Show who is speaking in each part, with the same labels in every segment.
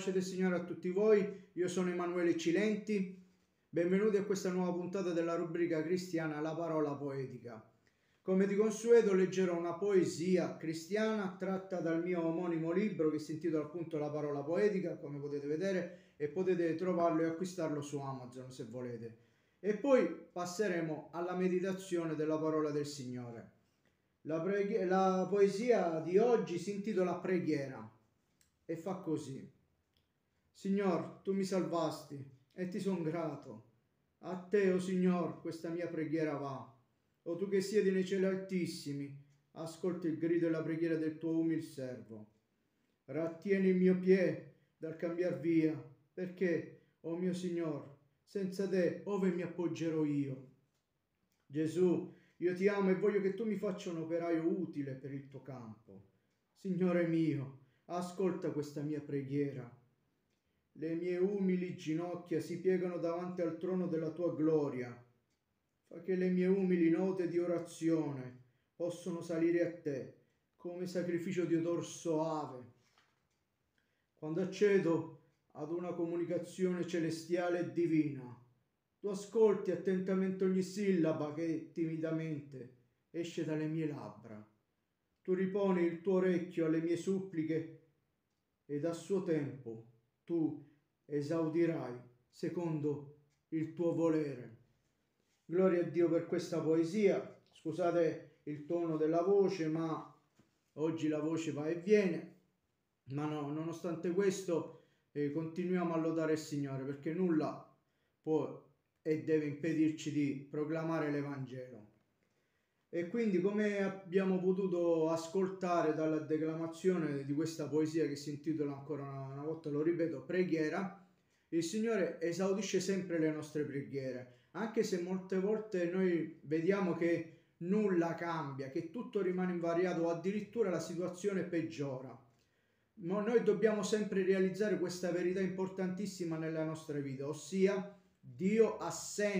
Speaker 1: pace del Signore a tutti voi, io sono Emanuele Cilenti, benvenuti a questa nuova puntata della rubrica cristiana La parola poetica. Come di consueto leggerò una poesia cristiana tratta dal mio omonimo libro che si intitola appunto La parola poetica, come potete vedere, e potete trovarlo e acquistarlo su Amazon se volete. E poi passeremo alla meditazione della parola del Signore. La poesia di oggi si intitola Preghiera e fa così. Signor, tu mi salvasti e ti son grato. A te, o Signor, questa mia preghiera va. O tu che siedi nei cieli altissimi, ascolta il grido e la preghiera del tuo umil servo. Rattieni il mio piede dal cambiar via, perché, o mio Signor, senza te ove mi appoggerò io? Gesù, io ti amo e voglio che tu mi faccia un operaio utile per il tuo campo. Signore mio, ascolta questa mia preghiera. Le mie umili ginocchia si piegano davanti al trono della tua gloria. Fa che le mie umili note di orazione possono salire a te come sacrificio di odor soave. Quando accedo ad una comunicazione celestiale e divina, tu ascolti attentamente ogni sillaba che timidamente esce dalle mie labbra. Tu riponi il tuo orecchio alle mie suppliche ed a suo tempo tu esaudirai secondo il tuo volere. Gloria a Dio per questa poesia. Scusate il tono della voce, ma oggi la voce va e viene. Ma no, nonostante questo continuiamo a lodare il Signore, perché nulla può e deve impedirci di proclamare l'Evangelo. E quindi, come abbiamo potuto ascoltare dalla declamazione di questa poesia che si intitola, ancora una volta lo ripeto, Preghiera, il Signore esaudisce sempre le nostre preghiere, anche se molte volte noi vediamo che nulla cambia, che tutto rimane invariato o addirittura la situazione peggiora. Ma noi dobbiamo sempre realizzare questa verità importantissima nella nostra vita, ossia Dio ha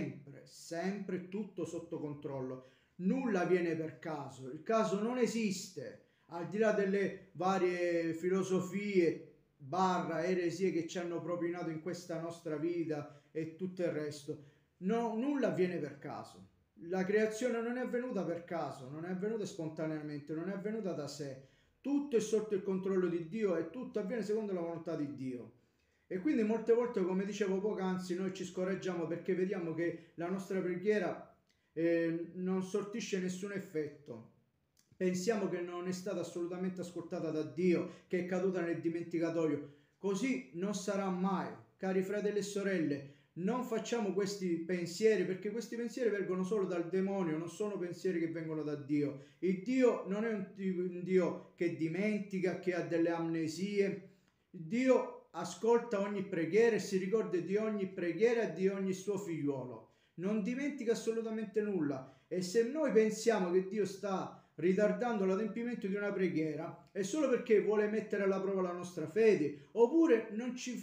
Speaker 1: sempre tutto sotto controllo. Nulla viene per caso, il caso non esiste, al di là delle varie filosofie eresie che ci hanno propinato in questa nostra vita e tutto il resto. No, nulla avviene per caso. La creazione non è avvenuta per caso, non è avvenuta spontaneamente, non è avvenuta da sé. Tutto è sotto il controllo di Dio e tutto avviene secondo la volontà di Dio. E quindi molte volte, come dicevo poc'anzi, noi ci scoraggiamo perché vediamo che la nostra preghiera non sortisce nessun effetto. Pensiamo che non è stata assolutamente ascoltata da Dio, che è caduta nel dimenticatoio. Così non sarà mai, cari fratelli e sorelle. Non facciamo questi pensieri, perché questi pensieri vengono solo dal demonio, non sono pensieri che vengono da Dio. Il Dio non è un Dio che dimentica, che ha delle amnesie. Dio ascolta ogni preghiera e si ricorda di ogni preghiera e di ogni suo figliuolo. Non dimentica assolutamente nulla. E se noi pensiamo che Dio sta ritardando l'adempimento di una preghiera è solo perché vuole mettere alla prova la nostra fede, oppure non ci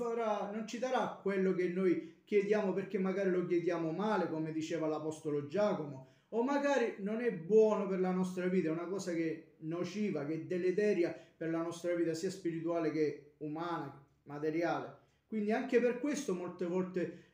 Speaker 1: darà quello che noi chiediamo perché magari lo chiediamo male, come diceva l'apostolo Giacomo, o magari non è buono per la nostra vita, è una cosa che è nociva, che è deleteria per la nostra vita sia spirituale che umana, materiale. Quindi anche per questo molte volte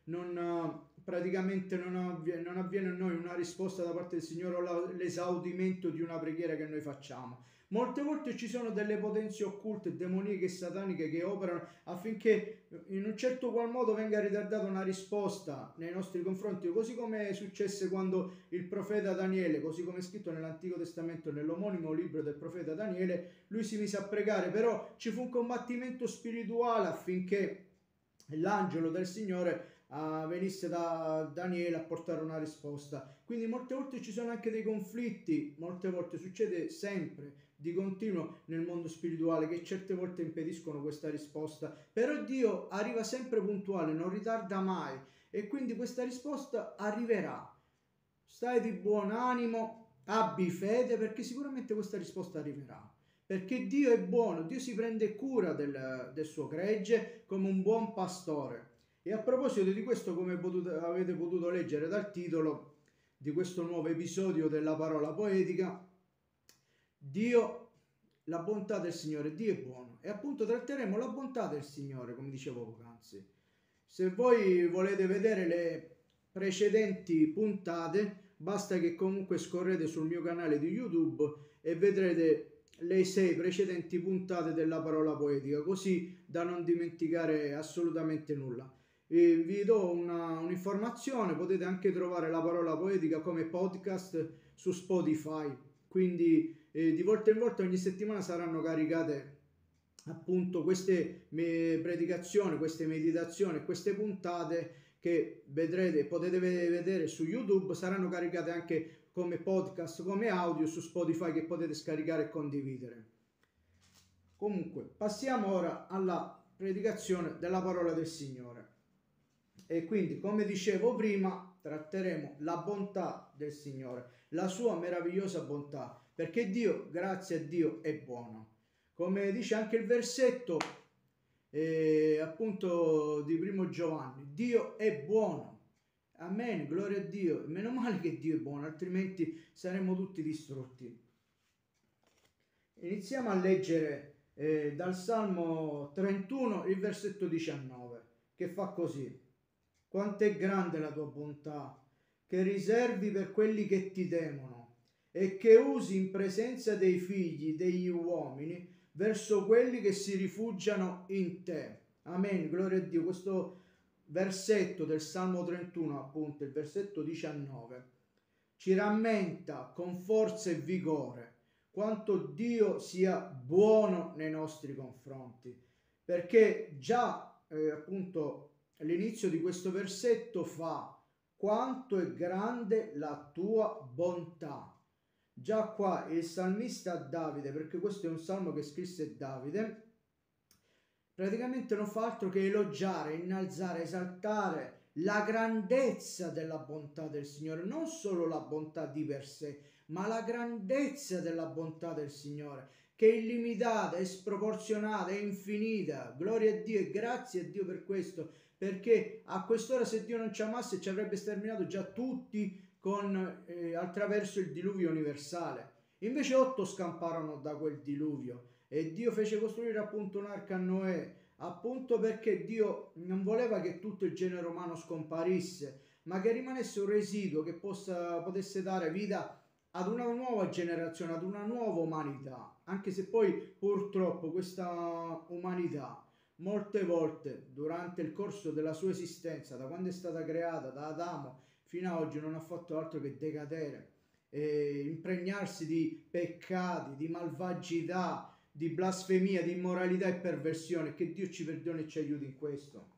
Speaker 1: praticamente non avviene a noi una risposta da parte del Signore o l'esaudimento di una preghiera che noi facciamo. Molte volte ci sono delle potenze occulte, demoniache e sataniche che operano affinché in un certo qual modo venga ritardata una risposta nei nostri confronti, così come successe quando il profeta Daniele, così come è scritto nell'Antico Testamento, nell'omonimo libro del profeta Daniele, lui si mise a pregare, però ci fu un combattimento spirituale affinché l'angelo del Signore venisse da Daniele a portare una risposta. Quindi molte volte ci sono anche dei conflitti, molte volte succede sempre di continuo nel mondo spirituale che certe volte impediscono questa risposta, però Dio arriva sempre puntuale, non ritarda mai e quindi questa risposta arriverà. Stai di buon animo, abbi fede perché sicuramente questa risposta arriverà. Perché Dio è buono, Dio si prende cura del suo gregge come un buon pastore. E a proposito di questo, come avete potuto leggere dal titolo di questo nuovo episodio della parola poetica, Dio la bontà del Signore. Dio è buono e appunto tratteremo la bontà del Signore, come dicevo poc'anzi. Se voi volete vedere le precedenti puntate, basta che comunque scorrete sul mio canale di YouTube e vedrete le 6 precedenti puntate della parola poetica, così da non dimenticare assolutamente nulla. Vi do un'informazione: potete anche trovare la parola poetica come podcast su Spotify, quindi di volta in volta ogni settimana saranno caricate appunto queste predicazioni, queste meditazioni, queste puntate che vedrete, potete vedere su YouTube, saranno caricate anche come podcast, come audio su Spotify, che potete scaricare e condividere. Comunque, passiamo ora alla predicazione della parola del Signore. E quindi, come dicevo prima, tratteremo la bontà del Signore, la sua meravigliosa bontà, perché Dio, grazie a Dio, è buono. Come dice anche il versetto appunto di Primo Giovanni, Dio è buono. Amen, gloria a Dio. Meno male che Dio è buono, altrimenti saremmo tutti distrutti. Iniziamo a leggere dal Salmo 31 il versetto 19, che fa così: quanto è grande la tua bontà, che riservi per quelli che ti temono, e che usi in presenza dei figli degli uomini verso quelli che si rifugiano in te. Amen, gloria a Dio. Questo versetto del Salmo 31, appunto il versetto 19, ci rammenta con forza e vigore quanto Dio sia buono nei nostri confronti, perché già appunto all'inizio di questo versetto fa: quanto è grande la tua bontà. Già qua il salmista Davide, perché questo è un salmo che scrisse Davide, praticamente non fa altro che elogiare, innalzare, esaltare la grandezza della bontà del Signore, non solo la bontà di per sé, ma la grandezza della bontà del Signore, che è illimitata, è sproporzionata, è infinita. Gloria a Dio e grazie a Dio per questo, perché a quest'ora, se Dio non ci amasse, ci avrebbe sterminato già tutti attraverso il diluvio universale. Invece 8 scamparono da quel diluvio e Dio fece costruire appunto un'arca a Noè, appunto perché Dio non voleva che tutto il genere umano scomparisse, ma che rimanesse un residuo che potesse dare vita ad una nuova generazione, ad una nuova umanità, anche se poi purtroppo questa umanità molte volte durante il corso della sua esistenza, da quando è stata creata da Adamo fino ad oggi, non ha fatto altro che decadere, impregnarsi di peccati, di malvagità, di blasfemia, di immoralità e perversione. Che Dio ci perdoni e ci aiuti in questo.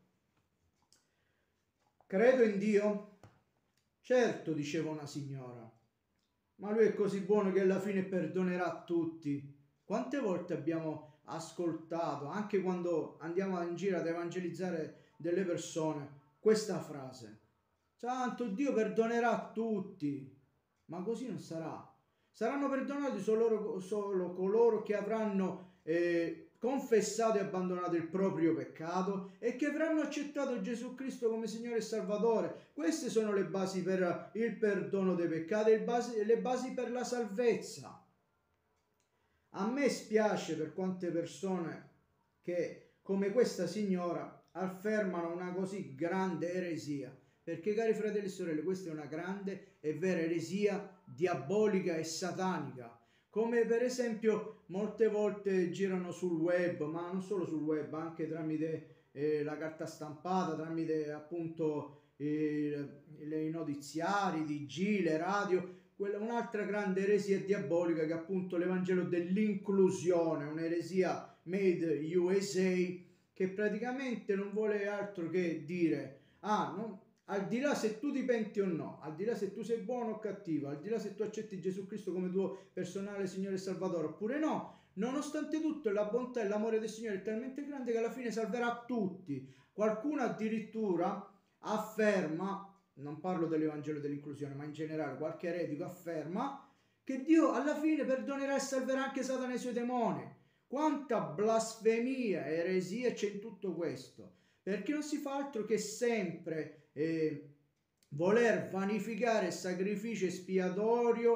Speaker 1: Credo in Dio? Certo, diceva una signora, ma lui è così buono che alla fine perdonerà a tutti. Quante volte abbiamo ascoltato, anche quando andiamo in giro ad evangelizzare delle persone, questa frase: santo Dio perdonerà a tutti. Ma così non sarà. Saranno perdonati solo coloro che avranno confessato e abbandonato il proprio peccato e che avranno accettato Gesù Cristo come Signore e Salvatore. Queste sono le basi per il perdono dei peccati, le basi per la salvezza. A me spiace per quante persone che, come questa signora, affermano una così grande eresia, perché, cari fratelli e sorelle, questa è una grande e vera eresia diabolica e satanica, come per esempio molte volte girano sul web, ma non solo sul web, anche tramite la carta stampata, tramite appunto i notiziari, TG, le radio. Un'altra grande eresia diabolica, che è appunto l'Evangelo dell'inclusione, un'eresia made USA, che praticamente non vuole altro che dire: al di là se tu ti penti o no, al di là se tu sei buono o cattivo, al di là se tu accetti Gesù Cristo come tuo personale Signore e Salvatore oppure no, nonostante tutto la bontà e l'amore del Signore è talmente grande che alla fine salverà tutti. Qualcuno addirittura afferma, non parlo dell'Evangelo dell'inclusione, ma in generale qualche eretico afferma che Dio alla fine perdonerà e salverà anche Satana e i suoi demoni. Quanta blasfemia e eresia c'è in tutto questo, perché non si fa altro che sempre voler vanificare il sacrificio espiatorio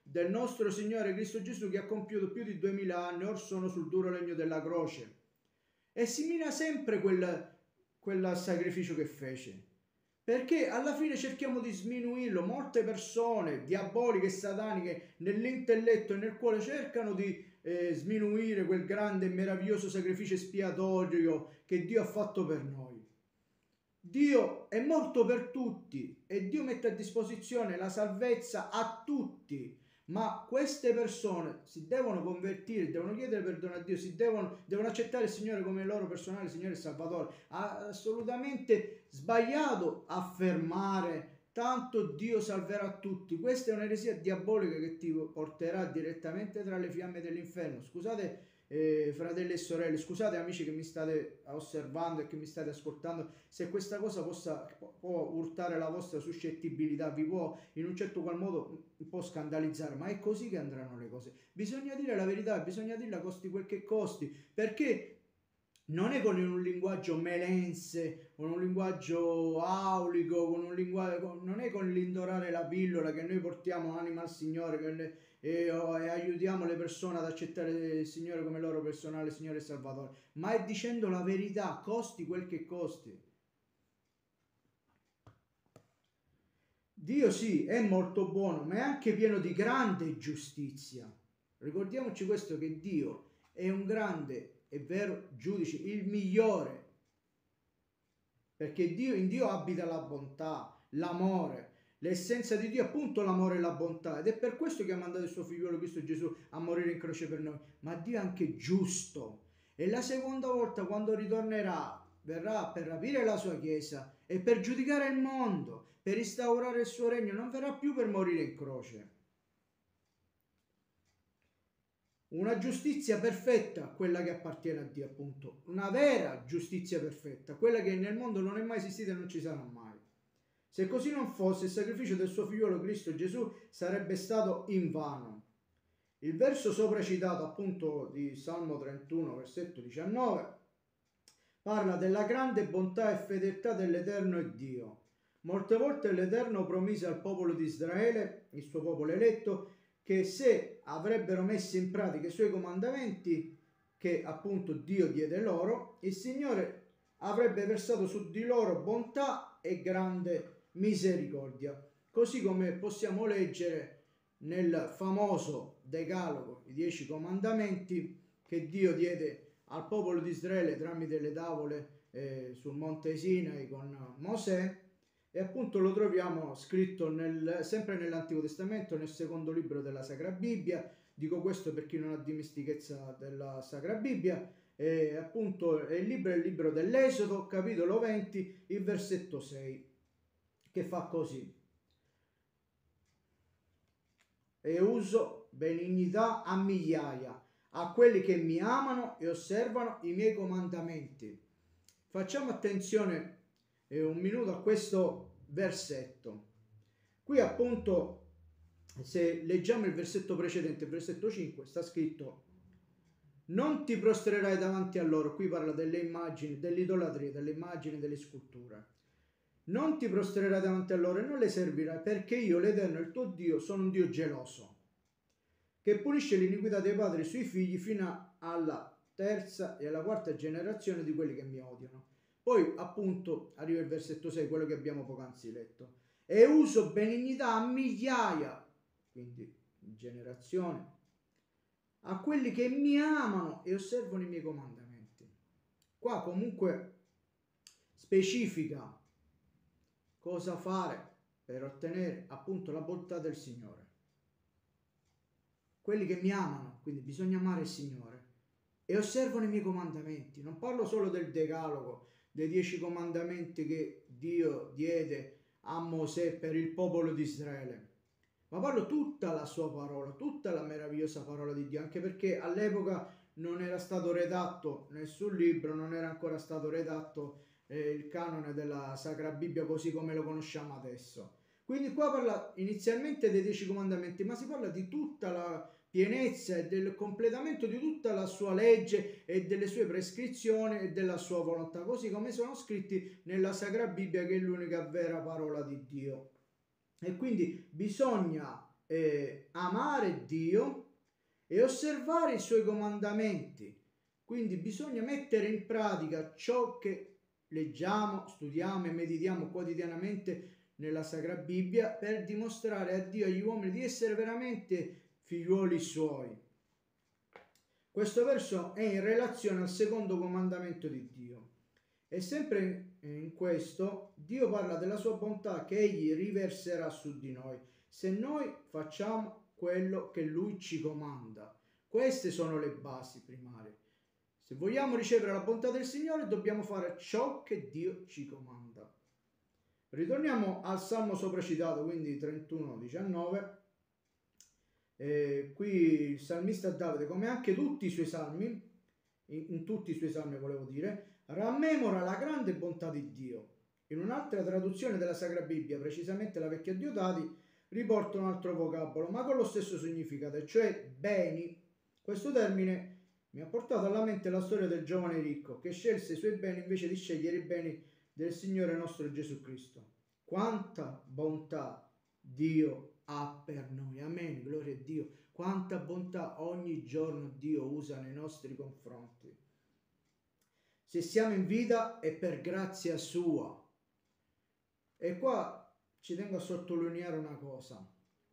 Speaker 1: del nostro Signore Cristo Gesù, che ha compiuto più di 2000 anni, or sono sul duro legno della croce. E si mina sempre quel sacrificio che fece, perché alla fine cerchiamo di sminuirlo. Molte persone diaboliche e sataniche nell'intelletto e nel cuore cercano di sminuire quel grande e meraviglioso sacrificio espiatorio che Dio ha fatto per noi. Dio è morto per tutti e Dio mette a disposizione la salvezza a tutti, ma queste persone si devono convertire, devono chiedere perdono a Dio, devono accettare il Signore come il loro personale Signore e Salvatore. Ha assolutamente sbagliato affermare tanto Dio salverà tutti. Questa è un'eresia diabolica che ti porterà direttamente tra le fiamme dell'inferno. Scusate, fratelli e sorelle, scusate amici che mi state osservando e che mi state ascoltando, se questa cosa può urtare la vostra suscettibilità, vi può in un certo qual modo un po' scandalizzare, ma è così che andranno le cose. Bisogna dire la verità, bisogna dirla costi quel che costi, perché non è con un linguaggio melense, con un linguaggio aulico, non è con l'indorare la pillola che noi portiamo anima al Signore e aiutiamo le persone ad accettare il Signore come loro personale Signore e Salvatore, ma è dicendo la verità, costi quel che costi. Dio sì, è molto buono, ma è anche pieno di grande giustizia. Ricordiamoci questo, che Dio è un grande e vero giudice, il migliore, perché in Dio abita la bontà, l'amore, l'essenza di Dio è appunto l'amore e la bontà, ed è per questo che ha mandato il suo figliolo Cristo Gesù a morire in croce per noi. Ma Dio è anche giusto, e la seconda volta, quando ritornerà, verrà per rapire la sua chiesa e per giudicare il mondo, per instaurare il suo regno. Non verrà più per morire in croce. Una giustizia perfetta, quella che appartiene a Dio, appunto, una vera giustizia perfetta, quella che nel mondo non è mai esistita e non ci sarà mai. Se così non fosse, il sacrificio del suo figliolo Cristo Gesù sarebbe stato invano. Il verso sopra citato, appunto, di Salmo 31, versetto 19, parla della grande bontà e fedeltà dell'Eterno Dio. Molte volte l'Eterno promise al popolo di Israele, il suo popolo eletto, che se avrebbero messo in pratica i suoi comandamenti, che appunto Dio diede loro, il Signore avrebbe versato su di loro bontà e grande misericordia. Così come possiamo leggere nel famoso Decalogo, i 10 comandamenti che Dio diede al popolo di Israele tramite le tavole sul monte Sinai con Mosè, e appunto lo troviamo scritto sempre nell'Antico Testamento, nel secondo libro della Sacra Bibbia. Dico questo per chi non ha dimestichezza della Sacra Bibbia. Appunto il libro dell'Esodo, capitolo 20, il versetto 6, che fa così: e uso benignità a migliaia, a quelli che mi amano e osservano i miei comandamenti. Facciamo attenzione un minuto a questo versetto. Qui appunto, se leggiamo il versetto precedente, il versetto 5, sta scritto: non ti prostrerai davanti a loro. Qui parla delle immagini, dell'idolatria, delle immagini, delle sculture. Non ti prostrerai davanti a loro e non le servirai, perché io, l'Eterno, il tuo Dio, sono un Dio geloso, che punisce l'iniquità dei padri sui figli fino alla terza e alla quarta generazione di quelli che mi odiano. Poi appunto arriva il versetto 6, quello che abbiamo poc'anzi letto: e uso benignità a migliaia, quindi generazioni, a quelli che mi amano e osservano i miei comandamenti. Qua comunque specifica cosa fare per ottenere appunto la bontà del Signore. Quelli che mi amano, quindi bisogna amare il Signore, e osservano i miei comandamenti. Non parlo solo del Decalogo, dei 10 comandamenti che Dio diede a Mosè per il popolo di Israele, ma parlo tutta la sua parola, tutta la meravigliosa parola di Dio, anche perché all'epoca non era stato redatto nessun libro, non era ancora stato redatto il canone della Sacra Bibbia così come lo conosciamo adesso. Quindi qua parla inizialmente dei 10 comandamenti, ma si parla di tutta la pienezza e del completamento di tutta la sua legge e delle sue prescrizioni e della sua volontà, così come sono scritti nella Sacra Bibbia, che è l'unica vera parola di Dio. E quindi bisogna amare Dio e osservare i suoi comandamenti. Quindi bisogna mettere in pratica ciò che leggiamo, studiamo e meditiamo quotidianamente nella Sacra Bibbia per dimostrare a Dio e agli uomini di essere veramente figliuoli suoi. Questo verso è in relazione al secondo comandamento di Dio. E sempre in questo Dio parla della sua bontà che egli riverserà su di noi se noi facciamo quello che lui ci comanda. Queste sono le basi primarie. Se vogliamo ricevere la bontà del Signore dobbiamo fare ciò che Dio ci comanda. Ritorniamo al Salmo sopra citato, quindi 31:19. Qui il salmista Davide, come anche tutti i suoi salmi, in tutti i suoi salmi volevo dire, rammemora la grande bontà di Dio. In un'altra traduzione della Sacra Bibbia, precisamente la Vecchia Diodati, riporta un altro vocabolo, ma con lo stesso significato, cioè beni. Questo termine mi ha portato alla mente la storia del giovane ricco che scelse i suoi beni invece di scegliere i beni del Signore nostro Gesù Cristo. Quanta bontà Dio ha per noi, amen, gloria a Dio. Quanta bontà ogni giorno Dio usa nei nostri confronti. Se siamo in vita è per grazia sua. E qua ci tengo a sottolineare una cosa.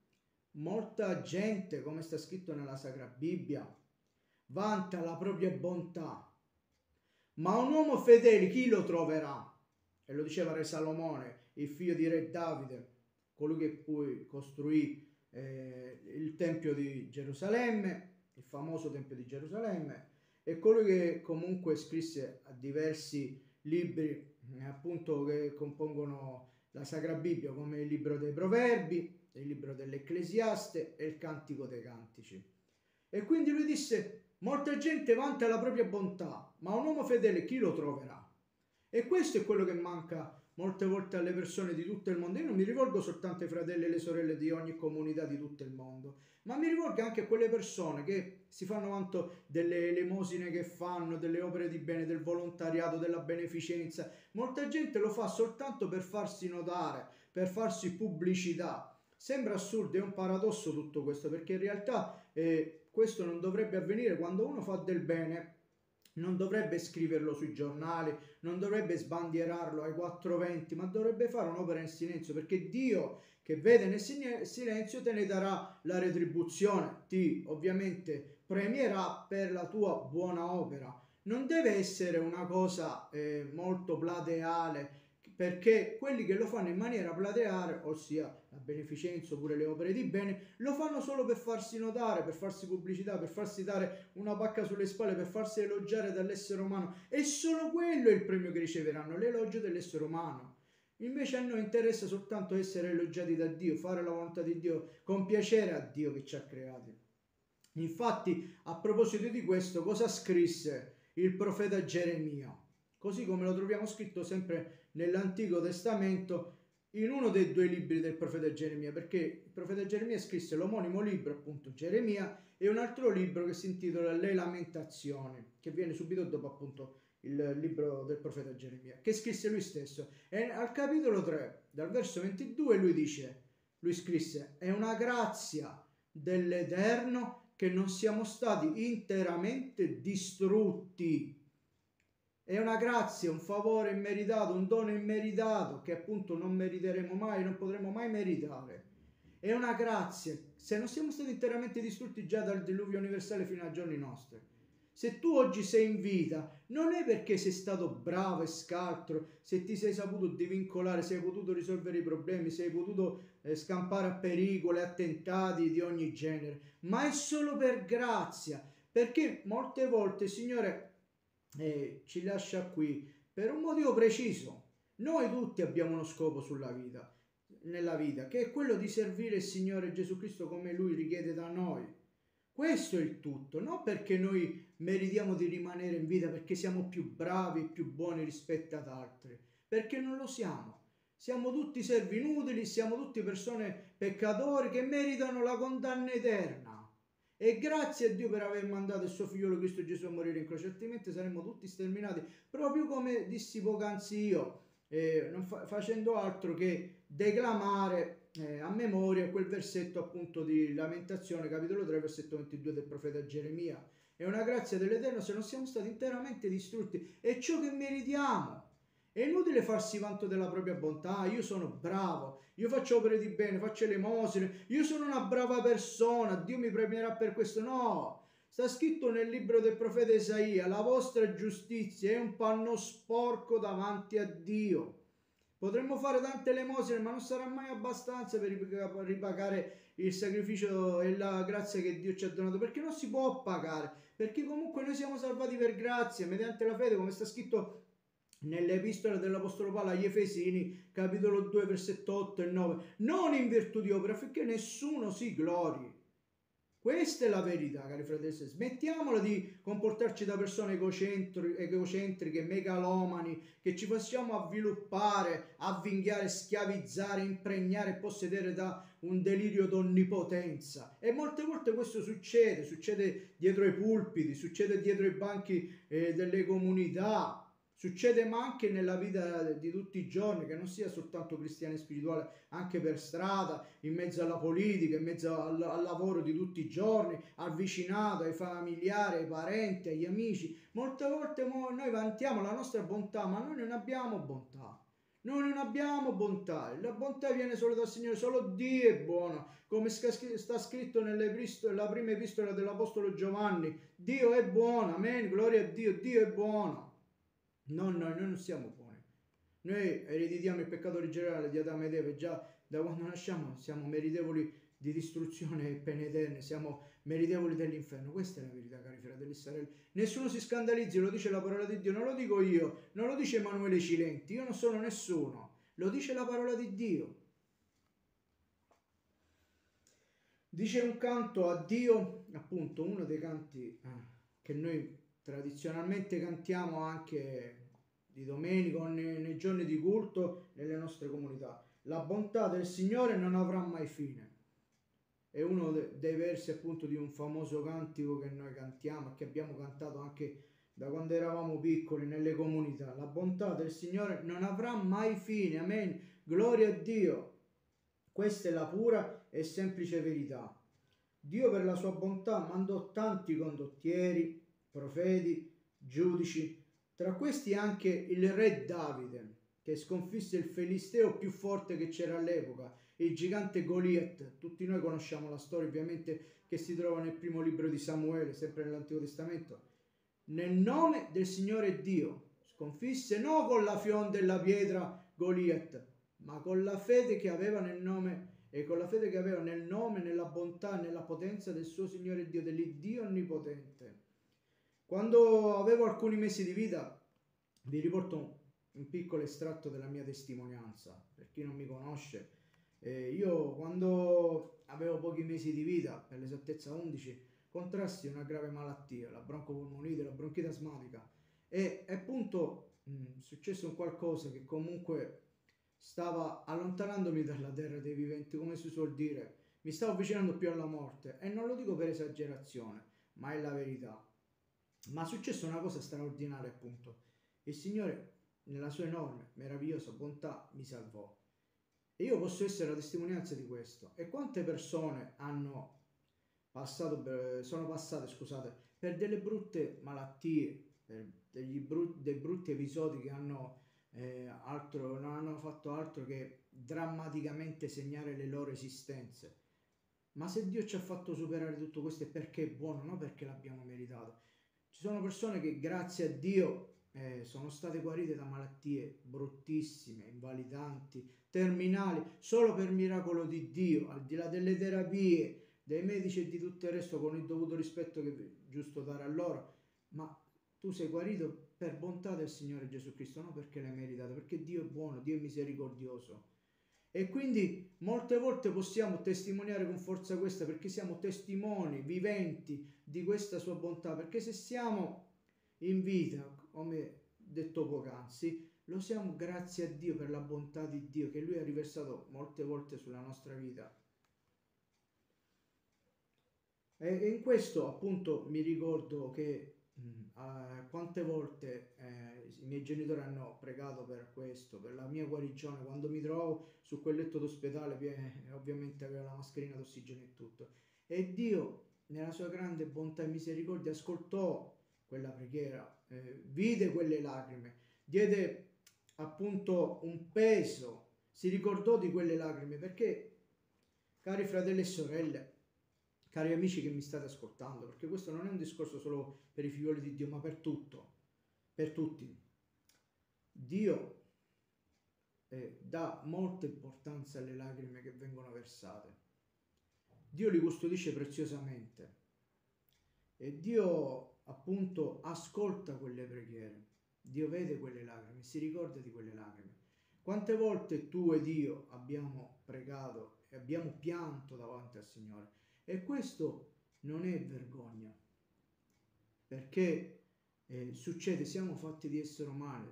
Speaker 1: Molta gente, come sta scritto nella Sacra Bibbia, vanta la propria bontà, ma un uomo fedele chi lo troverà? E lo diceva Re Salomone, il figlio di Re Davide, colui che poi costruì il Tempio di Gerusalemme, il famoso Tempio di Gerusalemme, e colui che comunque scrisse diversi libri appunto che compongono la Sacra Bibbia, come il libro dei Proverbi, il libro dell'Ecclesiaste e il Cantico dei Cantici. E quindi lui disse: molta gente vanta la propria bontà, ma un uomo fedele chi lo troverà? E questo è quello che manca molte volte alle persone di tutto il mondo. Io non mi rivolgo soltanto ai fratelli e alle sorelle di ogni comunità di tutto il mondo, ma mi rivolgo anche a quelle persone che si fanno vanto delle elemosine che fanno, delle opere di bene, del volontariato, della beneficenza. Molta gente lo fa soltanto per farsi notare, per farsi pubblicità. Sembra assurdo, è un paradosso tutto questo, perché in realtà questo non dovrebbe avvenire. Quando uno fa del bene non dovrebbe scriverlo sui giornali, non dovrebbe sbandierarlo ai 420, ma dovrebbe fare un'opera in silenzio, perché Dio che vede nel silenzio te ne darà la retribuzione, ti ovviamente premierà per la tua buona opera. Non deve essere una cosa molto plateale, perché quelli che lo fanno in maniera plateale, ossia la beneficenza oppure le opere di bene, lo fanno solo per farsi notare, per farsi pubblicità, per farsi dare una pacca sulle spalle, per farsi elogiare dall'essere umano. E solo quello è il premio che riceveranno, l'elogio dell'essere umano. Invece a noi interessa soltanto essere elogiati da Dio, fare la volontà di Dio, compiacere a Dio che ci ha creati. Infatti, a proposito di questo, cosa scrisse il profeta Geremia? Così come lo troviamo scritto sempre nell'Antico Testamento, in uno dei due libri del profeta Geremia, perché il profeta Geremia scrisse l'omonimo libro, appunto Geremia, e un altro libro che si intitola Le Lamentazioni, che viene subito dopo appunto il libro del profeta Geremia, che scrisse lui stesso. E al capitolo 3, dal verso 22, lui scrisse: è una grazia dell'Eterno che non siamo stati interamente distrutti. È una grazia, un favore immeritato, un dono immeritato che appunto non meriteremo mai, non potremo mai meritare. È una grazia se non siamo stati interamente distrutti già dal diluvio universale fino ai giorni nostri. Se tu oggi sei in vita, non è perché sei stato bravo e scaltro, se ti sei saputo divincolare, se hai potuto risolvere i problemi, se hai potuto scampare a pericoli, attentati di ogni genere, ma è solo per grazia, perché molte volte il Signore ci lascia qui per un motivo preciso. Noi tutti abbiamo uno scopo nella vita, che è quello di servire il Signore Gesù Cristo come Lui richiede da noi. Questo è il tutto, non perché noi meritiamo di rimanere in vita, perché siamo più bravi, più buoni rispetto ad altri, perché non lo siamo. Siamo tutti servi inutili, siamo tutti persone peccatori che meritano la condanna eterna. E grazie a Dio per aver mandato il suo figliolo Cristo Gesù a morire in croce, altrimenti saremmo tutti sterminati, proprio come dissi poc'anzi io, non facendo altro che declamare a memoria quel versetto appunto di Lamentazione, capitolo 3, versetto 22 del profeta Geremia. È una grazia dell'Eterno se non siamo stati interamente distrutti, è ciò che meritiamo. È inutile farsi vanto della propria bontà, io sono bravo, io faccio opere di bene, faccio elemosine, io sono una brava persona, Dio mi premierà per questo. No, sta scritto nel libro del profeta Isaia, la vostra giustizia è un panno sporco davanti a Dio. Potremmo fare tante elemosine, ma non sarà mai abbastanza per ripagare il sacrificio e la grazia che Dio ci ha donato, perché non si può pagare, perché comunque noi siamo salvati per grazia, mediante la fede, come sta scritto nell'epistola dell'Apostolo Paolo agli Efesini, capitolo 2, versetto 8 e 9, non in virtù di opera, affinché nessuno si glori. Questa è la verità, cari fratelli. Smettiamola di comportarci da persone egocentriche, megalomani, che ci facciamo avviluppare, avvinghiare, schiavizzare, impregnare e possedere da un delirio d'onnipotenza. E molte volte questo succede dietro i pulpiti, succede dietro i banchi delle comunità. Succede ma anche nella vita di tutti i giorni, che non sia soltanto cristiano e spirituale, anche per strada, in mezzo alla politica, in mezzo al lavoro di tutti i giorni, al vicinato, ai familiari, ai parenti, agli amici. Molte volte noi vantiamo la nostra bontà, ma noi non abbiamo bontà. Noi non abbiamo bontà, la bontà viene solo dal Signore, solo Dio è buono, come sta scritto nella prima epistola dell'Apostolo Giovanni. Dio è buono, amen, gloria a Dio, Dio è buono. Noi non siamo buoni. Noi ereditiamo il peccato originale di Adamo ed Eva, già da quando nasciamo siamo meritevoli di distruzione e pene eterne, siamo meritevoli dell'inferno. Questa è la verità, cari fratelli e sorelle. Nessuno si scandalizzi, lo dice la parola di Dio, non lo dico io, non lo dice Emanuele Cilenti, io non sono nessuno, lo dice la parola di Dio. Dice un canto a Dio, appunto uno dei canti che noi tradizionalmente cantiamo anche di domenica o nei giorni di culto nelle nostre comunità. La bontà del Signore non avrà mai fine. È uno dei versi appunto di un famoso cantico che noi cantiamo e che abbiamo cantato anche da quando eravamo piccoli nelle comunità. La bontà del Signore non avrà mai fine. Amen. Gloria a Dio. Questa è la pura e semplice verità. Dio per la sua bontà mandò tanti condottieri, profeti, giudici, tra questi anche il re Davide, che sconfisse il filisteo più forte che c'era all'epoca, il gigante Goliat. Tutti noi conosciamo la storia ovviamente che si trova nel primo libro di Samuele, sempre nell'Antico Testamento. Nel nome del Signore Dio sconfisse non con la fionda e la pietra Goliat, ma con la fede che aveva nel nome e con la fede che aveva nel nome, nella bontà, nella potenza del suo Signore Dio, dell'Iddio Onnipotente. Quando avevo alcuni mesi di vita, vi riporto un piccolo estratto della mia testimonianza, per chi non mi conosce. Io quando avevo pochi mesi di vita, per l'esattezza 11, contrassi una grave malattia, la broncopolmonite, la bronchite asmatica, e appunto è successo un qualcosa che comunque stava allontanandomi dalla terra dei viventi, come si suol dire, mi stavo avvicinando più alla morte, e non lo dico per esagerazione, ma è la verità. Ma è successa una cosa straordinaria, appunto. Il Signore, nella sua enorme, meravigliosa bontà, mi salvò. E io posso essere la testimonianza di questo. E quante persone sono passate, scusate, per delle brutte malattie, per dei brutti episodi che non hanno fatto altro che drammaticamente segnare le loro esistenze. Ma se Dio ci ha fatto superare tutto questo è perché è buono, non perché l'abbiamo meritato. Ci sono persone che grazie a Dio sono state guarite da malattie bruttissime, invalidanti, terminali, solo per miracolo di Dio, al di là delle terapie, dei medici e di tutto il resto, con il dovuto rispetto che è giusto dare a loro. Ma tu sei guarito per bontà del Signore Gesù Cristo, non perché l'hai meritato, perché Dio è buono, Dio è misericordioso. E quindi molte volte possiamo testimoniare con forza questa, perché siamo testimoni viventi di questa sua bontà, perché se siamo in vita, come detto poc'anzi, lo siamo grazie a Dio per la bontà di Dio che Lui ha riversato molte volte sulla nostra vita. E in questo appunto mi ricordo che quante volte i miei genitori hanno pregato per questo, per la mia guarigione, quando mi trovo su quel letto d'ospedale, ovviamente aveva la mascherina d'ossigeno e tutto. E Dio, nella sua grande bontà e misericordia, ascoltò quella preghiera, vide quelle lacrime, diede appunto un peso, si ricordò di quelle lacrime, perché, cari fratelli e sorelle, cari amici che mi state ascoltando, perché questo non è un discorso solo per i figlioli di Dio, ma per tutto, per tutti. Dio dà molta importanza alle lacrime che vengono versate. Dio li custodisce preziosamente e Dio appunto ascolta quelle preghiere. Dio vede quelle lacrime, si ricorda di quelle lacrime. Quante volte tu ed io abbiamo pregato e abbiamo pianto davanti al Signore, e questo non è vergogna, perché succede, siamo fatti di esseri umani,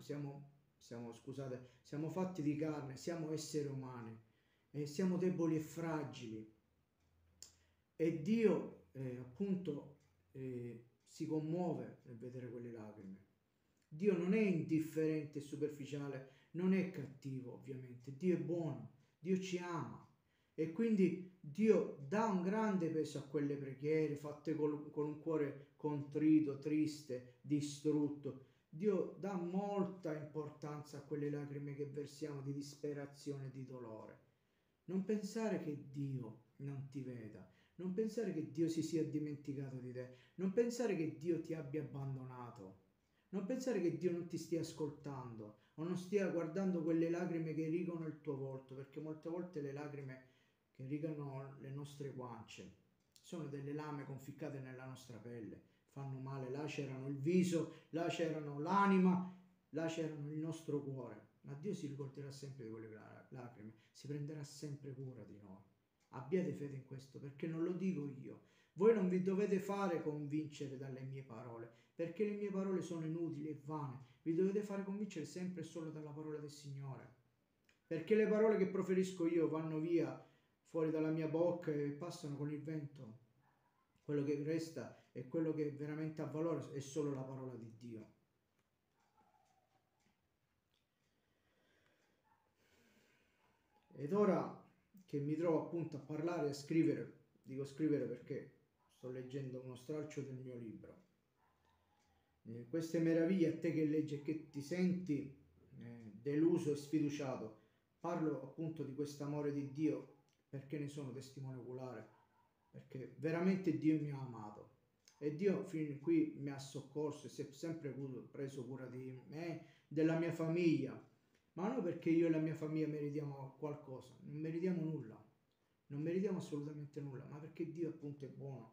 Speaker 1: siamo fatti di carne, siamo esseri umani, siamo deboli e fragili, e Dio appunto si commuove nel vedere quelle lacrime. Dio non è indifferente e superficiale, non è cattivo ovviamente, Dio è buono, Dio ci ama. E quindi Dio dà un grande peso a quelle preghiere fatte con un cuore contrito, triste, distrutto. Dio dà molta importanza a quelle lacrime che versiamo di disperazione e di dolore. Non pensare che Dio non ti veda, non pensare che Dio si sia dimenticato di te, non pensare che Dio ti abbia abbandonato, non pensare che Dio non ti stia ascoltando o non stia guardando quelle lacrime che rigano il tuo volto, perché molte volte le lacrime che rigano le nostre guance sono delle lame conficcate nella nostra pelle, fanno male, lacerano il viso, lacerano l'anima, lacerano il nostro cuore. Ma Dio si ricorderà sempre di quelle lacrime, si prenderà sempre cura di noi. Abbiate fede in questo, perché non lo dico io. Voi non vi dovete fare convincere dalle mie parole, perché le mie parole sono inutili e vane. Vi dovete fare convincere sempre e solo dalla parola del Signore, perché le parole che proferisco io vanno via fuori dalla mia bocca e passano con il vento. Quello che resta e quello che veramente ha valore è solo la parola di Dio. Ed ora che mi trovo appunto a parlare e a scrivere, dico scrivere perché sto leggendo uno stralcio del mio libro. Queste meraviglie a te che leggi e che ti senti deluso e sfiduciato. Parlo appunto di questo amore di Dio perché ne sono testimone oculare, perché veramente Dio mi ha amato e Dio fin qui mi ha soccorso e si è sempre preso cura di me, della mia famiglia, ma non perché io e la mia famiglia meritiamo qualcosa, non meritiamo nulla, non meritiamo assolutamente nulla, ma perché Dio appunto è buono.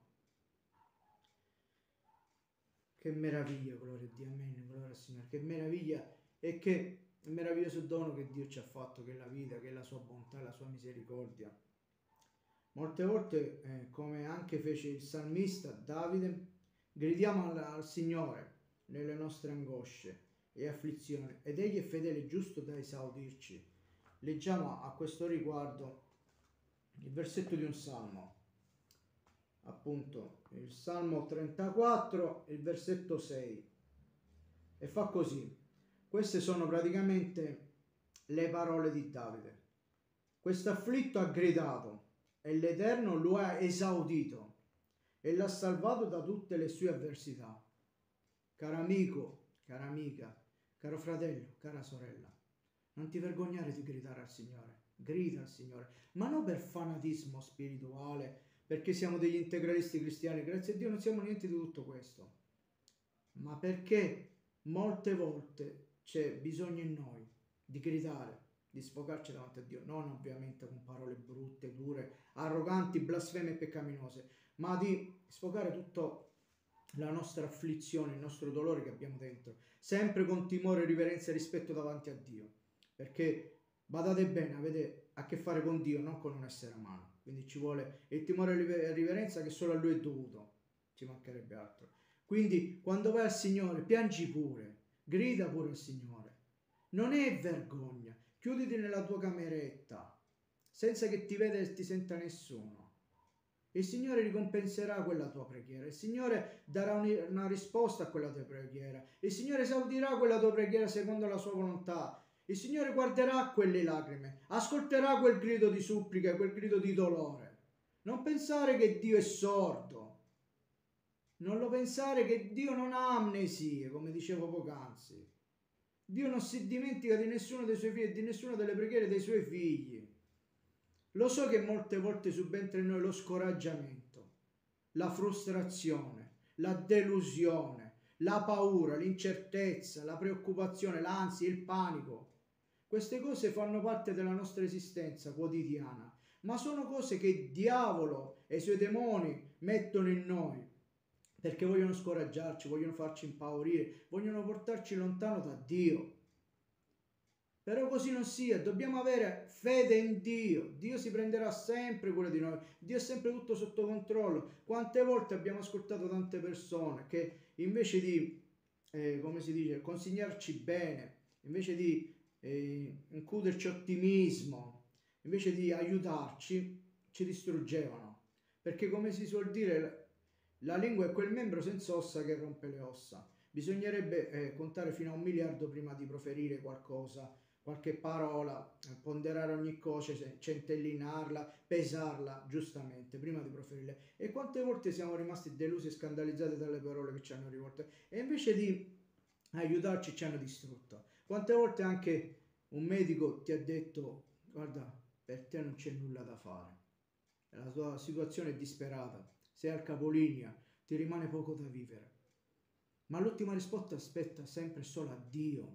Speaker 1: Che meraviglia, gloria a Dio, amen, gloria al Signore, che meraviglia e che meraviglioso dono che Dio ci ha fatto, che è la vita, che è la sua bontà, la sua misericordia. Molte volte, come anche fece il salmista Davide, gridiamo al Signore nelle nostre angosce e afflizioni, ed Egli è fedele e giusto da esaudirci. Leggiamo a questo riguardo il versetto di un salmo, appunto il Salmo 34, il versetto 6, e fa così. Queste sono praticamente le parole di Davide. Quest'afflitto ha gridato e l'Eterno lo ha esaudito e l'ha salvato da tutte le sue avversità. Caro amico, cara amica, caro fratello, cara sorella, non ti vergognare di gridare al Signore, grida al Signore, ma non per fanatismo spirituale, perché siamo degli integralisti cristiani, grazie a Dio non siamo niente di tutto questo, ma perché molte volte c'è bisogno in noi di gridare, di sfogarci davanti a Dio, non ovviamente con parole brutte, dure, arroganti, blasfeme e peccaminose, ma di sfogare tutta la nostra afflizione, il nostro dolore che abbiamo dentro, sempre con timore, riverenza e rispetto davanti a Dio, perché badate bene, avete a che fare con Dio, non con un essere umano, quindi ci vuole il timore e riverenza che solo a Lui è dovuto, ci mancherebbe altro. Quindi quando vai al Signore piangi pure, grida pure al Signore, non è vergogna, chiuditi nella tua cameretta senza che ti veda e ti senta nessuno, Il Signore ricompenserà quella tua preghiera, il Signore darà una risposta a quella tua preghiera, il Signore esaudirà quella tua preghiera secondo la sua volontà, il Signore guarderà quelle lacrime, ascolterà quel grido di supplica, quel grido di dolore. Non pensare che Dio è sordo, non lo pensare che Dio non ha amnesie, come dicevo poc'anzi. Dio non si dimentica di nessuno dei suoi figli e di nessuna delle preghiere dei suoi figli. Lo so che molte volte subentra in noi lo scoraggiamento, la frustrazione, la delusione, la paura, l'incertezza, la preoccupazione, l'ansia, il panico. Queste cose fanno parte della nostra esistenza quotidiana, ma sono cose che il diavolo e i suoi demoni mettono in noi perché vogliono scoraggiarci, vogliono farci impaurire, vogliono portarci lontano da Dio. Però così non sia, dobbiamo avere fede in Dio. Dio si prenderà sempre cura di noi, Dio è sempre tutto sotto controllo. Quante volte abbiamo ascoltato tante persone che invece di, come si dice, consigliarci bene, invece di incuterci ottimismo, invece di aiutarci, ci distruggevano. Perché come si suol dire, la lingua è quel membro senza ossa che rompe le ossa. Bisognerebbe contare fino a 1 miliardo prima di proferire qualcosa, qualche parola, ponderare ogni cosa, centellinarla, pesarla giustamente prima di proferirle. E quante volte siamo rimasti delusi e scandalizzati dalle parole che ci hanno rivolte e invece di aiutarci ci hanno distrutto. Quante volte anche un medico ti ha detto: guarda, per te non c'è nulla da fare, la tua situazione è disperata, sei al capolinea, ti rimane poco da vivere. Ma l'ultima risposta aspetta sempre solo a Dio.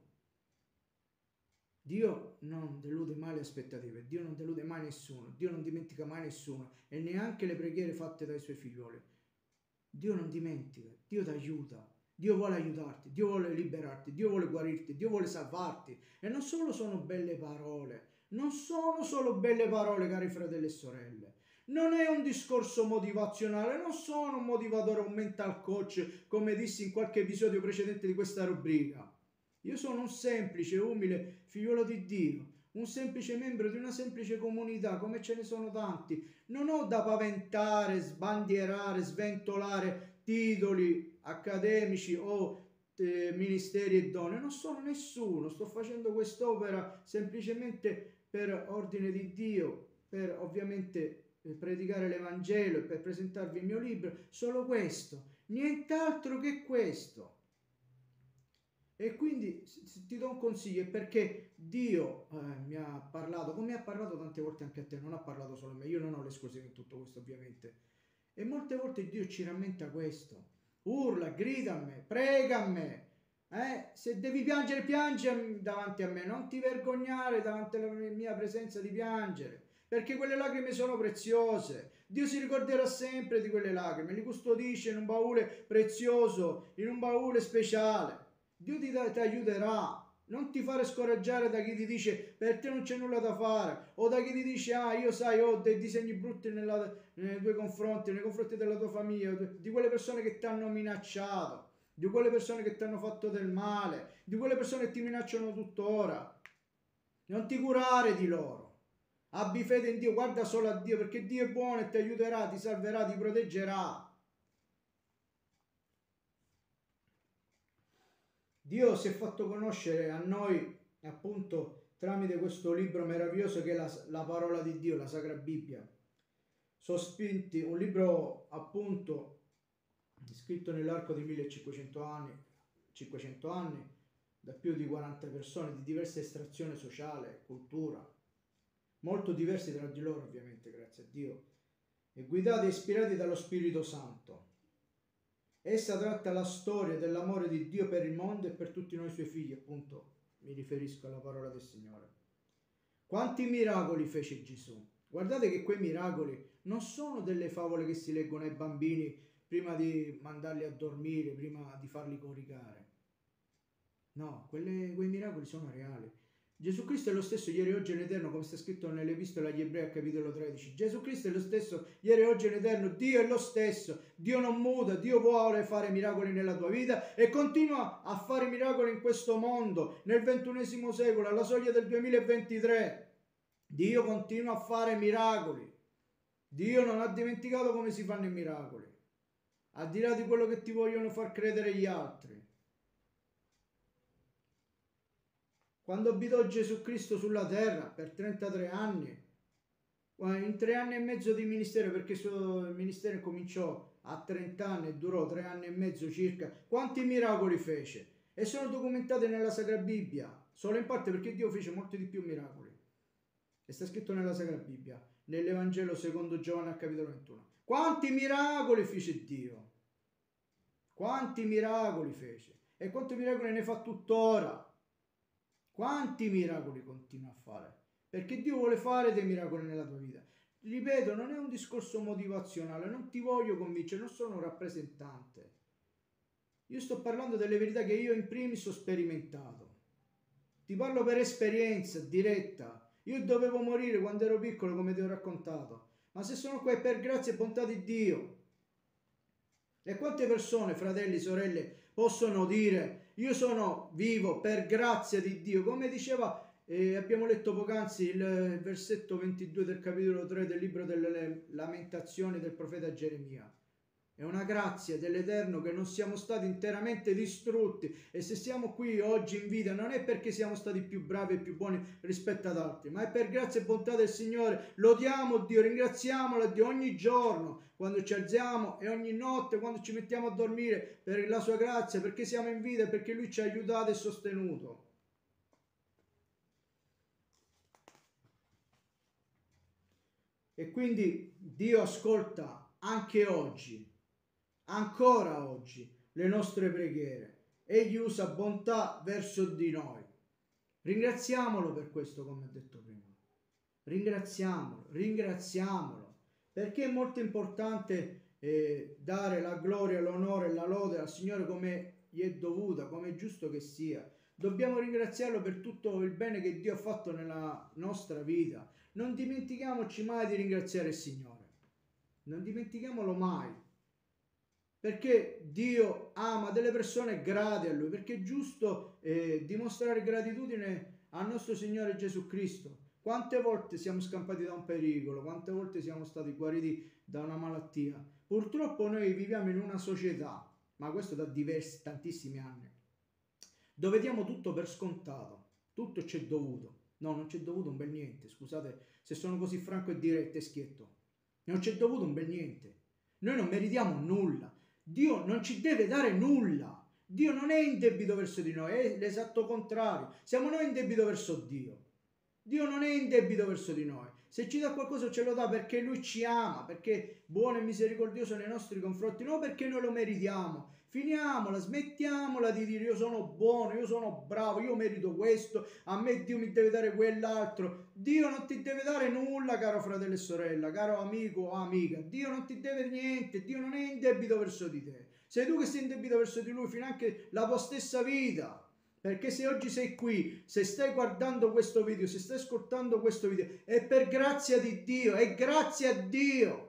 Speaker 1: Dio non delude mai le aspettative, Dio non delude mai nessuno, Dio non dimentica mai nessuno e neanche le preghiere fatte dai suoi figlioli. Dio non dimentica, Dio ti aiuta, Dio vuole aiutarti, Dio vuole liberarti, Dio vuole guarirti, Dio vuole salvarti. E non solo sono belle parole, non sono solo belle parole, cari fratelli e sorelle. Non è un discorso motivazionale, non sono un motivatore o un mental coach, come dissi in qualche episodio precedente di questa rubrica. Io sono un semplice, umile figliolo di Dio, un semplice membro di una semplice comunità, come ce ne sono tanti. Non ho da paventare, sbandierare, sventolare titoli accademici o ministeri e donne. Non sono nessuno, sto facendo quest'opera semplicemente per ordine di Dio, per ovviamente predicare l'Evangelo e per presentarvi il mio libro. Solo questo, nient'altro che questo. E quindi ti do un consiglio, è perché Dio mi ha parlato, come ha parlato tante volte anche a te, non ha parlato solo a me, io non ho l'esclusiva in tutto questo ovviamente. E molte volte Dio ci rammenta questo, urla, grida a me, prega a me, se devi piangere piangi davanti a me, non ti vergognare davanti alla mia presenza di piangere, perché quelle lacrime sono preziose. Dio si ricorderà sempre di quelle lacrime, li custodisce in un baule prezioso, in un baule speciale. Dio ti aiuterà. Non ti fare scoraggiare da chi ti dice per te non c'è nulla da fare, o da chi ti dice io sai ho dei disegni brutti nei tuoi confronti, nei confronti della tua famiglia, di quelle persone che ti hanno minacciato, di quelle persone che ti hanno fatto del male, di quelle persone che ti minacciano tuttora. Non ti curare di loro. Abbi fede in Dio, guarda solo a Dio, perché Dio è buono e ti aiuterà, ti salverà, ti proteggerà. Dio si è fatto conoscere a noi appunto tramite questo libro meraviglioso che è la parola di Dio, la Sacra Bibbia. Sospinti, un libro appunto scritto nell'arco di 1500 anni, 500 anni, da più di 40 persone di diversa estrazione sociale, cultura, molto diversi tra di loro ovviamente, grazie a Dio, e guidati e ispirati dallo Spirito Santo. Essa tratta la storia dell'amore di Dio per il mondo e per tutti noi suoi figli, appunto mi riferisco alla parola del Signore. Quanti miracoli fece Gesù? Guardate che quei miracoli non sono delle favole che si leggono ai bambini prima di mandarli a dormire, prima di farli coricare. No, quei miracoli sono reali. Gesù Cristo è lo stesso ieri, oggi e in eterno, come sta scritto nell'Epistola agli Ebrei, capitolo 13. Gesù Cristo è lo stesso ieri, oggi e in eterno. Dio è lo stesso. Dio non muta. Dio vuole fare miracoli nella tua vita e continua a fare miracoli in questo mondo, nel XXI secolo, alla soglia del 2023. Dio continua a fare miracoli. Dio non ha dimenticato come si fanno i miracoli, al di là di quello che ti vogliono far credere gli altri. Quando abitò Gesù Cristo sulla terra per 33 anni, in 3 anni e mezzo di ministero, perché il suo ministero cominciò a 30 anni e durò 3 anni e mezzo circa, quanti miracoli fece? E sono documentati nella Sacra Bibbia, solo in parte perché Dio fece molti di più miracoli. E sta scritto nella Sacra Bibbia, nell'Evangelo secondo Giovanni al capitolo 21. Quanti miracoli fece Dio? Quanti miracoli fece? E quanti miracoli ne fa tuttora? Quanti miracoli continua a fare? Perché Dio vuole fare dei miracoli nella tua vita. Ripeto, non è un discorso motivazionale, non ti voglio convincere, non sono un rappresentante. Io sto parlando delle verità che io in primis ho sperimentato. Ti parlo per esperienza diretta. Io dovevo morire quando ero piccolo, come ti ho raccontato, ma se sono qua è per grazia e bontà di Dio. E quante persone, fratelli, sorelle, possono dire io sono vivo per grazia di Dio, come diceva, abbiamo letto poc'anzi il versetto 22 del capitolo 3 del libro delle Lamentazioni del profeta Geremia. È una grazia dell'Eterno che non siamo stati interamente distrutti, e se siamo qui oggi in vita non è perché siamo stati più bravi e più buoni rispetto ad altri, ma è per grazia e bontà del Signore. Lodiamo Dio, ringraziamolo Dio ogni giorno, quando ci alziamo, e ogni notte quando ci mettiamo a dormire, per la sua grazia, perché siamo in vita e perché Lui ci ha aiutato e sostenuto. E quindi Dio ascolta anche oggi, ancora oggi, le nostre preghiere. Egli usa bontà verso di noi. Ringraziamolo per questo, come ho detto prima. Ringraziamolo, perché è molto importante dare la gloria, l'onore e la lode al Signore come gli è dovuta, come è giusto che sia. Dobbiamo ringraziarlo per tutto il bene che Dio ha fatto nella nostra vita. Non dimentichiamoci mai di ringraziare il Signore. Non dimentichiamolo mai. Perché Dio ama delle persone grate a Lui, perché è giusto dimostrare gratitudine al nostro Signore Gesù Cristo. Quante volte siamo scampati da un pericolo, quante volte siamo stati guariti da una malattia. Purtroppo noi viviamo in una società, ma questo da tantissimi anni, dove diamo tutto per scontato, tutto c'è dovuto. No, non c'è dovuto un bel niente, scusate se sono così franco e diretto e schietto. Non c'è dovuto un bel niente. Noi non meritiamo nulla. Dio non ci deve dare nulla. Dio non è in debito verso di noi, è l'esatto contrario. Siamo noi in debito verso Dio. Dio non è in debito verso di noi. Se ci dà qualcosa ce lo dà perché Lui ci ama, perché è buono e misericordioso nei nostri confronti, non perché noi lo meritiamo. Finiamola, smettiamola di dire io sono buono, io sono bravo, io merito questo, a me Dio mi deve dare quell'altro. Dio non ti deve dare nulla, caro fratello e sorella, caro amico o amica. Dio non ti deve niente, Dio non è in debito verso di te. Sei tu che sei in debito verso di Lui, finanche la tua stessa vita. Perché se oggi sei qui, se stai guardando questo video, se stai ascoltando questo video, è per grazia di Dio, è grazie a Dio.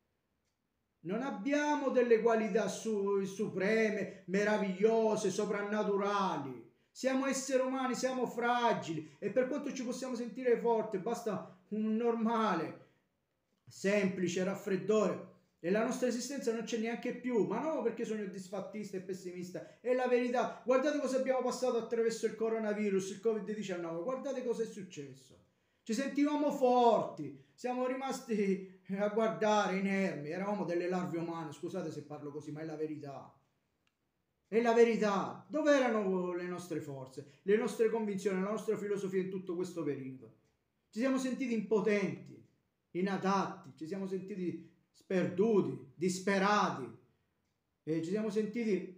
Speaker 1: Non abbiamo delle qualità supreme, meravigliose, soprannaturali. Siamo esseri umani, siamo fragili, e per quanto ci possiamo sentire forti, basta un normale, semplice raffreddore e la nostra esistenza non c'è neanche più. Ma non perché sono disfattista e pessimista, è la verità. Guardate cosa abbiamo passato attraverso il coronavirus, il Covid-19, guardate cosa è successo. Ci sentivamo forti, siamo rimasti a guardare inermi, eravamo delle larve umane, scusate se parlo così, ma è la verità. È la verità. Dove erano le nostre forze, le nostre convinzioni, la nostra filosofia in tutto questo periodo? Ci siamo sentiti impotenti, inadatti, ci siamo sentiti sperduti, disperati, e ci siamo sentiti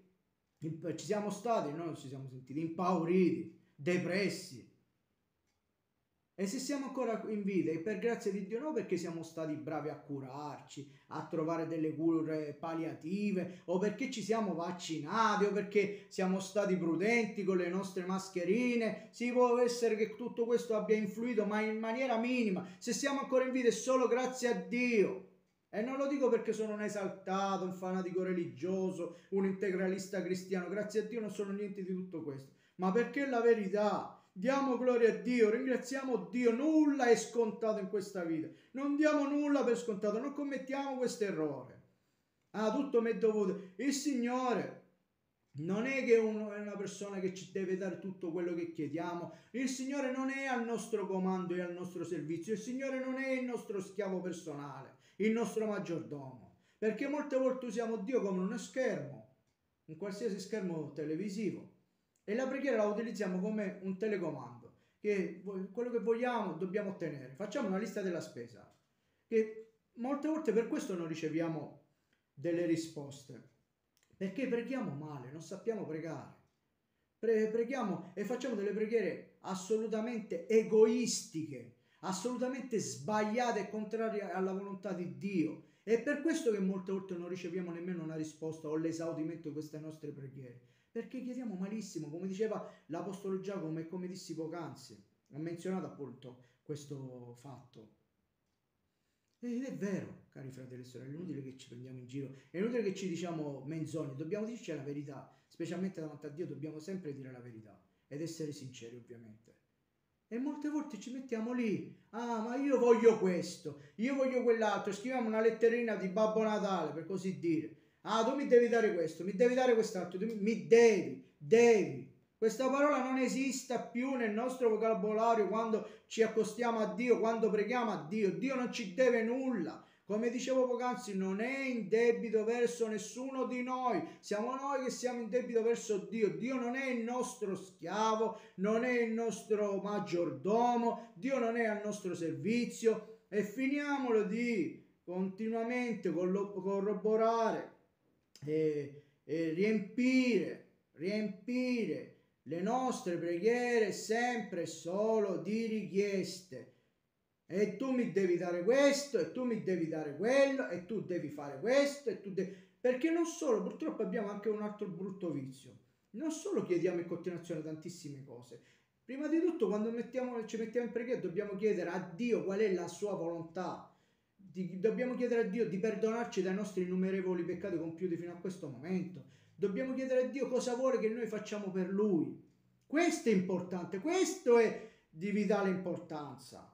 Speaker 1: impauriti, depressi. E se siamo ancora in vita è per grazia di Dio, non perché siamo stati bravi a curarci, a trovare delle cure palliative, o perché ci siamo vaccinati, o perché siamo stati prudenti con le nostre mascherine. Sì, può essere che tutto questo abbia influito, ma in maniera minima. Se siamo ancora in vita è solo grazie a Dio. E non lo dico perché sono un esaltato, un fanatico religioso, un integralista cristiano. Grazie a Dio non sono niente di tutto questo, ma perché è la verità. Diamo gloria a Dio, ringraziamo Dio, nulla è scontato in questa vita, non diamo nulla per scontato, non commettiamo questo errore. Tutto mi è dovuto. Il Signore non è che uno è una persona che ci deve dare tutto quello che chiediamo. Il Signore non è al nostro comando e al nostro servizio. Il Signore non è il nostro schiavo personale, il nostro maggiordomo. Perché molte volte usiamo Dio come uno schermo, un qualsiasi schermo televisivo. E la preghiera la utilizziamo come un telecomando, che quello che vogliamo dobbiamo ottenere. Facciamo una lista della spesa, che molte volte per questo non riceviamo delle risposte, perché preghiamo male, non sappiamo pregare. Preghiamo e facciamo delle preghiere assolutamente egoistiche, assolutamente sbagliate e contrarie alla volontà di Dio. È per questo che molte volte non riceviamo nemmeno una risposta o l'esaudimento di queste nostre preghiere, perché chiediamo malissimo, come diceva l'Apostolo Giacomo e come dissi poc'anzi. Ho menzionato appunto questo fatto. Ed è vero, cari fratelli e sorelle, è inutile che ci prendiamo in giro, è inutile che ci diciamo menzogne, dobbiamo dirci la verità, specialmente davanti a Dio dobbiamo sempre dire la verità ed essere sinceri ovviamente. E molte volte ci mettiamo lì, ma io voglio questo, io voglio quell'altro, scriviamo una letterina di Babbo Natale per così dire, tu mi devi dare questo, mi devi dare quest'altro, mi devi. Questa parola non esista più nel nostro vocabolario quando ci accostiamo a Dio, quando preghiamo a Dio. Dio non ci deve nulla. Come dicevo poc'anzi, non è in debito verso nessuno di noi. Siamo noi che siamo in debito verso Dio. Dio non è il nostro schiavo, non è il nostro maggiordomo, Dio non è al nostro servizio. E finiamolo di continuamente corroborare e riempire le nostre preghiere sempre solo di richieste. E tu mi devi dare questo, e tu mi devi dare quello, e tu devi fare questo, e tu devi... Perché non solo, purtroppo abbiamo anche un altro brutto vizio. Non solo chiediamo in continuazione tantissime cose. Prima di tutto, quando ci mettiamo in preghiera, dobbiamo chiedere a Dio qual è la sua volontà. Dobbiamo chiedere a Dio di perdonarci dai nostri innumerevoli peccati compiuti fino a questo momento. Dobbiamo chiedere a Dio cosa vuole che noi facciamo per Lui. Questo è importante, questo è di vitale importanza.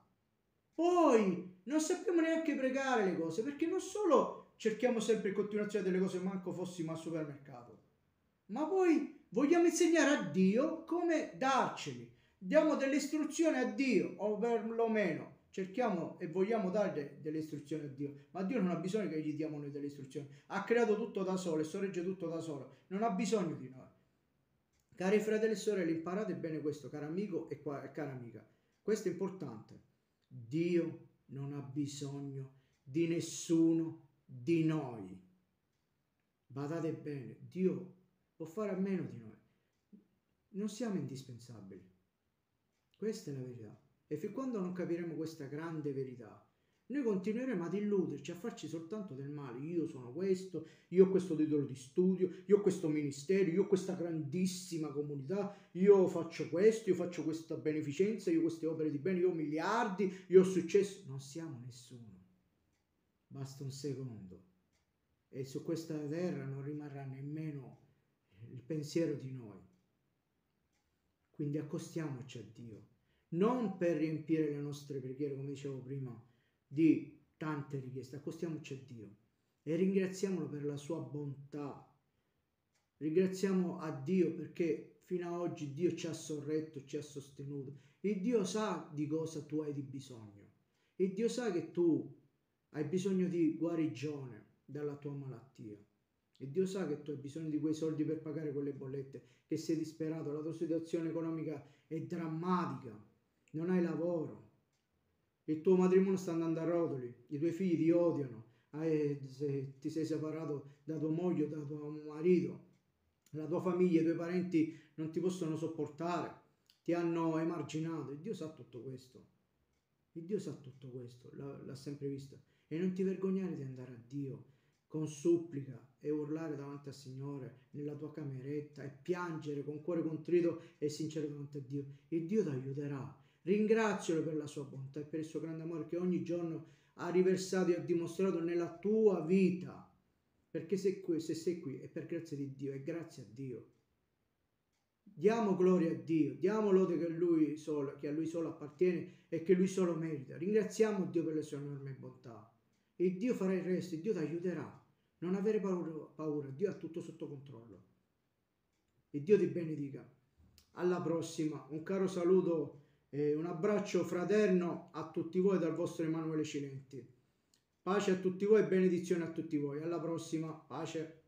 Speaker 1: Poi non sappiamo neanche pregare le cose, perché non solo cerchiamo sempre in continuazione delle cose manco fossimo al supermercato, ma poi vogliamo insegnare a Dio come darceli. Diamo delle istruzioni a Dio, o perlomeno cerchiamo e vogliamo dare delle istruzioni a Dio, ma Dio non ha bisogno che gli diamo noi delle istruzioni. Ha creato tutto da solo e sorregge tutto da solo, non ha bisogno di noi. Cari fratelli e sorelle, imparate bene questo, caro amico e cara amica. Questo è importante. Dio non ha bisogno di nessuno di noi. Badate bene, Dio può fare a meno di noi. Non siamo indispensabili. Questa è la verità. E fin quando non capiremo questa grande verità, noi continueremo ad illuderci, a farci soltanto del male. Io sono questo, io ho questo titolo di studio, io ho questo ministero, io ho questa grandissima comunità, io faccio questo, io faccio questa beneficenza, io ho queste opere di bene, io ho miliardi, io ho successo. Non siamo nessuno. Basta un secondo. E su questa terra non rimarrà nemmeno il pensiero di noi. Quindi accostiamoci a Dio, non per riempire le nostre preghiere, come dicevo prima, di tante richieste. Accostiamoci a Dio e ringraziamolo per la sua bontà. Ringraziamo a Dio perché fino ad oggi Dio ci ha sorretto, ci ha sostenuto. E Dio sa di cosa tu hai di bisogno. E Dio sa che tu hai bisogno di guarigione dalla tua malattia. E Dio sa che tu hai bisogno di quei soldi per pagare quelle bollette, che sei disperato, la tua situazione economica è drammatica, non hai lavoro, il tuo matrimonio sta andando a rotoli, i tuoi figli ti odiano, ti sei separato da tua moglie, da tuo marito, la tua famiglia, i tuoi parenti non ti possono sopportare, ti hanno emarginato. E Dio sa tutto questo. E Dio sa tutto questo, l'ha sempre visto. E non ti vergognare di andare a Dio con supplica e urlare davanti al Signore nella tua cameretta e piangere con cuore contrito e sincero davanti a Dio. E Dio ti aiuterà. Ringrazialo per la sua bontà e per il suo grande amore che ogni giorno ha riversato e ha dimostrato nella tua vita. Perché se sei qui è per grazia di Dio e grazie a Dio. Diamo gloria a Dio, diamo lode che a Lui solo appartiene e che Lui solo merita. Ringraziamo Dio per le sue enormi bontà. E Dio farà il resto, Dio ti aiuterà. Non avere paura, Dio ha tutto sotto controllo. E Dio ti benedica. Alla prossima, un caro saluto e un abbraccio fraterno a tutti voi dal vostro Emanuele Cilenti. Pace a tutti voi e benedizione a tutti voi. Alla prossima, pace.